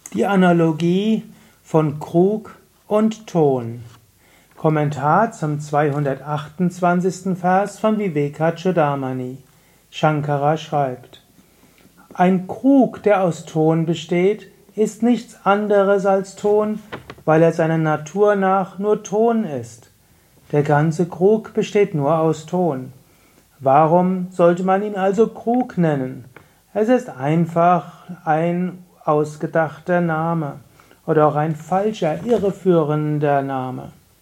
Die Analogie von Krug und Ton. Kommentar zum 228. Vers von Vivekachudamani. Shankara schreibt: Ein Krug, der aus Ton besteht, ist nichts anderes als Ton, weil er seiner Natur nach nur Ton ist. Der ganze Krug besteht nur aus Ton. Warum sollte man ihn also Krug nennen? Es ist einfach ein ausgedachter Name oder auch ein falscher, irreführender Name.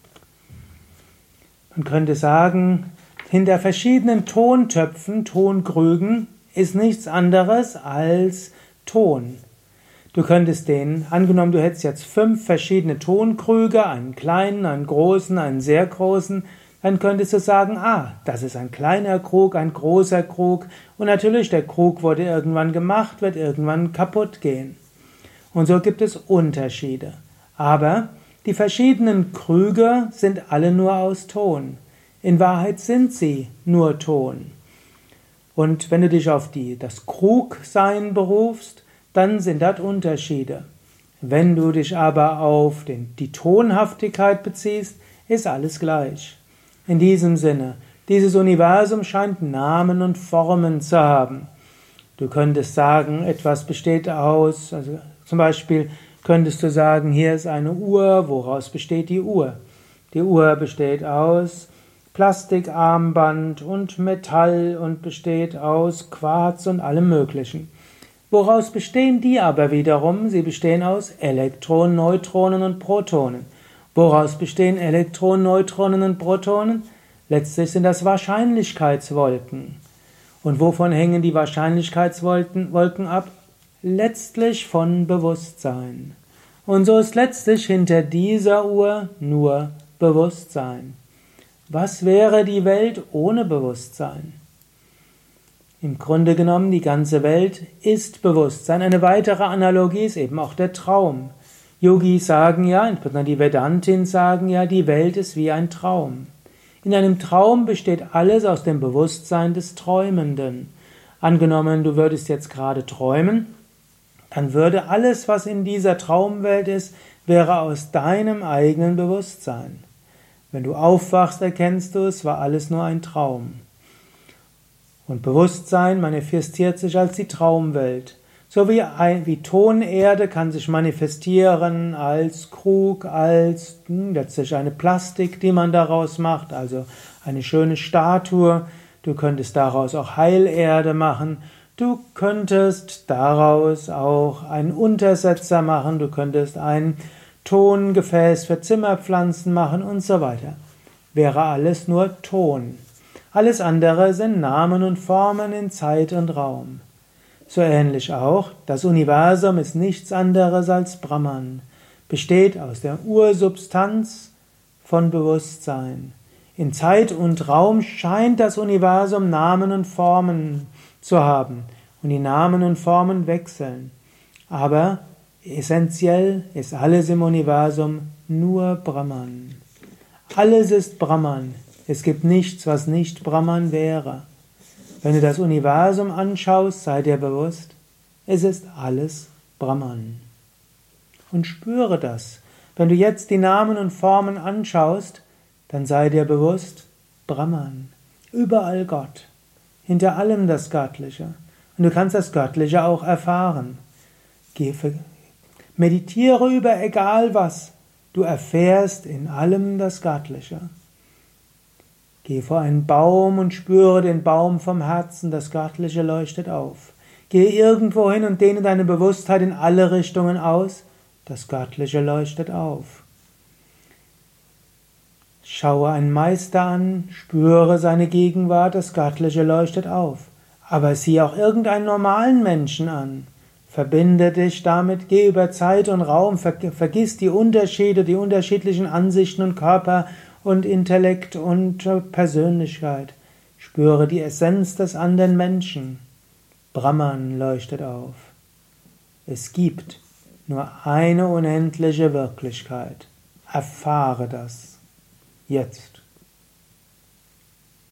Man könnte sagen, hinter verschiedenen Tontöpfen, Tonkrügen, ist nichts anderes als Ton. Du könntest angenommen, du hättest jetzt 5 verschiedene Tonkrüge, einen kleinen, einen großen, einen sehr großen, dann könntest du sagen, das ist ein kleiner Krug, ein großer Krug, und natürlich, der Krug wurde irgendwann gemacht, wird irgendwann kaputt gehen. Und so gibt es Unterschiede. Aber die verschiedenen Krüge sind alle nur aus Ton. In Wahrheit sind sie nur Ton. Und wenn du dich auf das Krugsein berufst, dann sind dort Unterschiede. Wenn du dich aber auf die Tonhaftigkeit beziehst, ist alles gleich. In diesem Sinne, dieses Universum scheint Namen und Formen zu haben. Du könntest sagen, etwas besteht aus, also zum Beispiel könntest du sagen, hier ist eine Uhr, woraus besteht die Uhr? Die Uhr besteht aus Plastikarmband und Metall und besteht aus Quarz und allem Möglichen. Woraus bestehen die aber wiederum? Sie bestehen aus Elektronen, Neutronen und Protonen. Woraus bestehen Elektronen, Neutronen und Protonen? Letztlich sind das Wahrscheinlichkeitswolken. Und wovon hängen die Wahrscheinlichkeitswolken ab? Letztlich von Bewusstsein. Und so ist letztlich hinter dieser Uhr nur Bewusstsein. Was wäre die Welt ohne Bewusstsein? Im Grunde genommen, die ganze Welt ist Bewusstsein. Eine weitere Analogie ist eben auch der Traum. Yogis sagen ja, insbesondere die Vedantins sagen ja, die Welt ist wie ein Traum. In einem Traum besteht alles aus dem Bewusstsein des Träumenden. Angenommen, du würdest jetzt gerade träumen, dann würde alles, was in dieser Traumwelt ist, wäre aus deinem eigenen Bewusstsein. Wenn du aufwachst, erkennst du, es war alles nur ein Traum. Und Bewusstsein manifestiert sich als die Traumwelt. So wie Tonerde kann sich manifestieren als Krug, als letztlich eine Plastik, die man daraus macht, also eine schöne Statue. Du könntest daraus auch Heilerde machen. Du könntest daraus auch einen Untersetzer machen. Du könntest ein Tongefäß für Zimmerpflanzen machen und so weiter. Wäre alles nur Ton. Alles andere sind Namen und Formen in Zeit und Raum. So ähnlich auch, das Universum ist nichts anderes als Brahman, besteht aus der Ursubstanz von Bewusstsein. In Zeit und Raum scheint das Universum Namen und Formen zu haben, und die Namen und Formen wechseln. Aber essentiell ist alles im Universum nur Brahman. Alles ist Brahman. Es gibt nichts, was nicht Brahman wäre. Wenn du das Universum anschaust, sei dir bewusst, es ist alles Brahman. Und spüre das. Wenn du jetzt die Namen und Formen anschaust, dann sei dir bewusst, Brahman. Überall Gott. Hinter allem das Göttliche. Und du kannst das Göttliche auch erfahren. Meditiere über egal was. Du erfährst in allem das Göttliche. Geh vor einen Baum und spüre den Baum vom Herzen, das Göttliche leuchtet auf. Geh irgendwo hin und dehne deine Bewusstheit in alle Richtungen aus, das Göttliche leuchtet auf. Schaue einen Meister an, spüre seine Gegenwart, das Göttliche leuchtet auf. Aber sieh auch irgendeinen normalen Menschen an. Verbinde dich damit, geh über Zeit und Raum, vergiss die Unterschiede, die unterschiedlichen Ansichten und Körper und Intellekt und Persönlichkeit. Spüre die Essenz des anderen Menschen. Brahman leuchtet auf. Es gibt nur eine unendliche Wirklichkeit. Erfahre das. Jetzt.